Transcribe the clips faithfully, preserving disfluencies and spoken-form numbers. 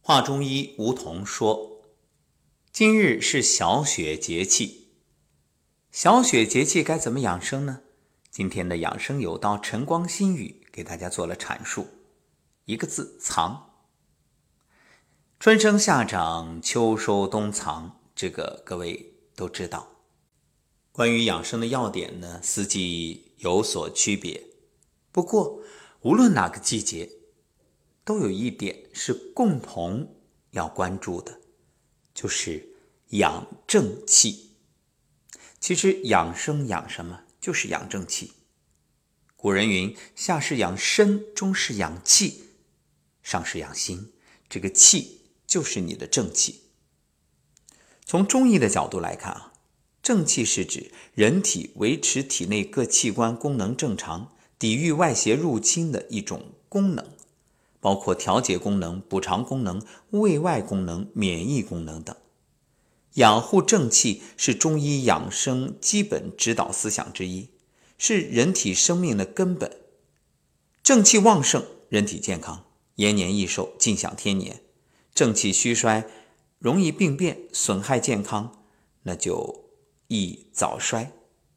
华中医吴桐说，今日是小雪节气，小雪节气该怎么养生呢？今天的养生有道晨光心语给大家做了阐述，一个字，藏。春生夏长，秋收冬藏，这个各位都知道。关于养生的要点呢，四季有所区别，不过无论哪个季节都有一点是共同要关注的，就是养正气。其实养生养什么？就是养正气。古人云，下是养身，中是养气，上是养心。这个气就是你的正气。从中医的角度来看啊，正气是指人体维持体内各器官功能正常，抵御外邪入侵的一种功能，包括调节功能、补偿功能、卫外功能、免疫功能等。养护正气是中医养生基本指导思想之一，是人体生命的根本。正气旺盛，人体健康，延年益寿，尽享天年；正气虚衰，容易病变，损害健康，那就易早衰。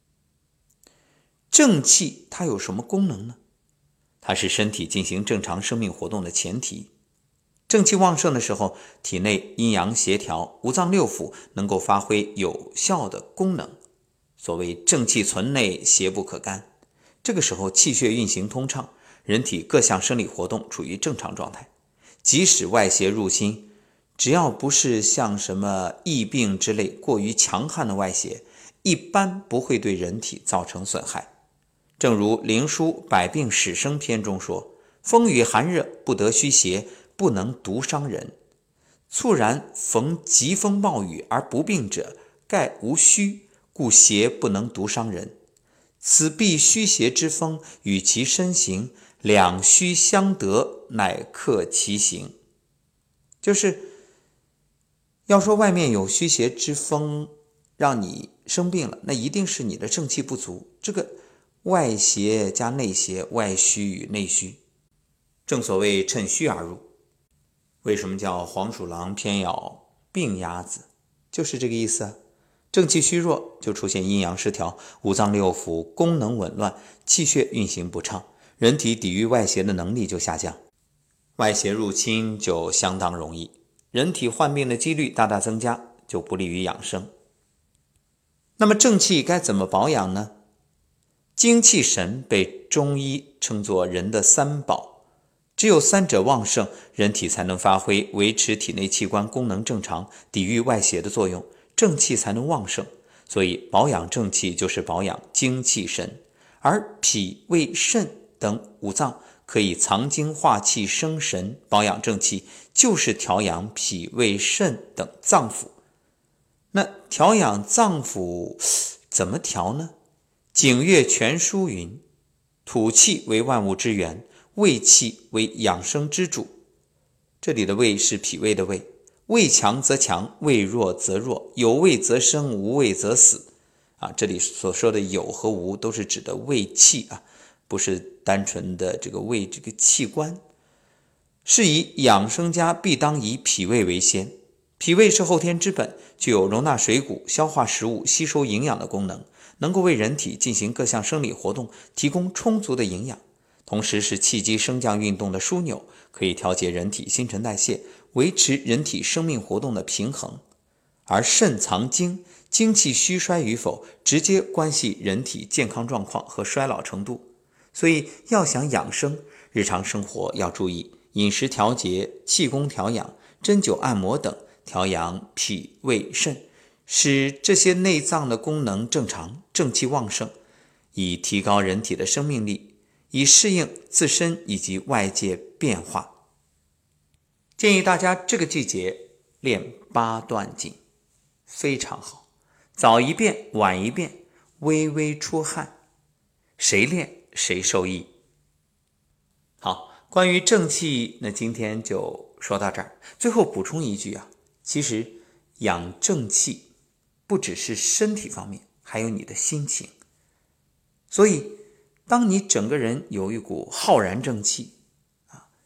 正气它有什么功能呢？它是身体进行正常生命活动的前提。正气旺盛的时候，体内阴阳协调，五脏六腑能够发挥有效的功能。所谓正气存内，邪不可干。这个时候气血运行通畅，人体各项生理活动处于正常状态。即使外邪入侵，只要不是像什么疫病之类过于强悍的外邪，一般不会对人体造成损害。正如灵书《百病始生篇》中说，风雨寒热不得虚邪，不能毒伤人。猝然逢疾风暴雨而不病者，盖无虚，故邪不能毒伤人。此必虚邪之风与其身形，两虚相得，乃克其形。就是要说外面有虚邪之风让你生病了，那一定是你的正气不足。这个外邪加内邪，外虚与内虚，正所谓趁虚而入。为什么叫黄鼠狼偏咬病鸭子？就是这个意思啊。正气虚弱，就出现阴阳失调，五脏六腑功能紊乱，气血运行不畅，人体抵御外邪的能力就下降，外邪入侵就相当容易，人体患病的几率大大增加，就不利于养生。那么正气该怎么保养呢？精气神被中医称作人的三宝，只有三者旺盛，人体才能发挥维持体内器官功能正常、抵御外邪的作用，正气才能旺盛。所以保养正气就是保养精气神。而脾胃肾等五脏可以藏精化气生神，保养正气就是调养脾胃肾等脏腑。那调养脏腑怎么调呢？景岳全书云，土气为万物之源，胃气为养生之主。这里的胃是脾胃的胃，胃强则强，胃弱则弱，有胃则生，无胃则死啊。这里所说的有和无都是指的胃气啊，不是单纯的这个胃这个器官。是以养生家必当以脾胃为先。脾胃是后天之本，具有容纳水谷、消化食物、吸收营养的功能，能够为人体进行各项生理活动提供充足的营养，同时是气机升降运动的枢纽，可以调节人体新陈代谢，维持人体生命活动的平衡。而肾藏精，精气虚衰与否，直接关系人体健康状况和衰老程度。所以要想养生，日常生活要注意饮食调节、气功调养、针灸按摩等，调养脾胃肾，使这些内脏的功能正常，正气旺盛，以提高人体的生命力，以适应自身以及外界变化。建议大家这个季节练八段锦，非常好，早一遍晚一遍，微微出汗，谁练谁受益。好，关于正气，那今天就说到这儿。最后补充一句啊，其实养正气不只是身体方面，还有你的心情。所以当你整个人有一股浩然正气啊，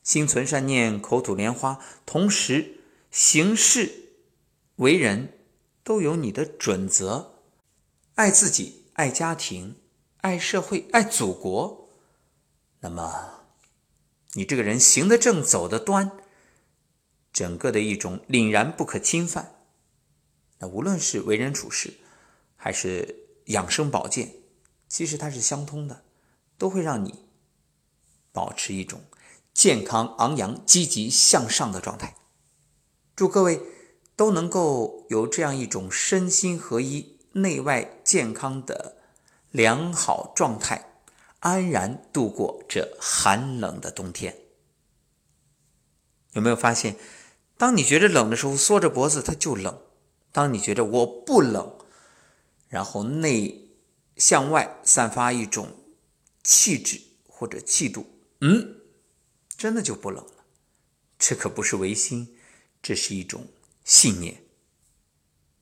心存善念，口吐莲花，同时行事为人都有你的准则，爱自己，爱家庭，爱社会，爱祖国，那么你这个人行得正，走得端，整个的一种凛然不可侵犯。那无论是为人处事还是养生保健，其实它是相通的，都会让你保持一种健康、昂扬、积极向上的状态。祝各位都能够有这样一种身心合一、内外健康的良好状态，安然度过这寒冷的冬天。有没有发现，当你觉得冷的时候，缩着脖子它就冷；当你觉得我不冷，然后内向外散发一种气质或者气度，嗯，真的就不冷了。这可不是违心，这是一种信念。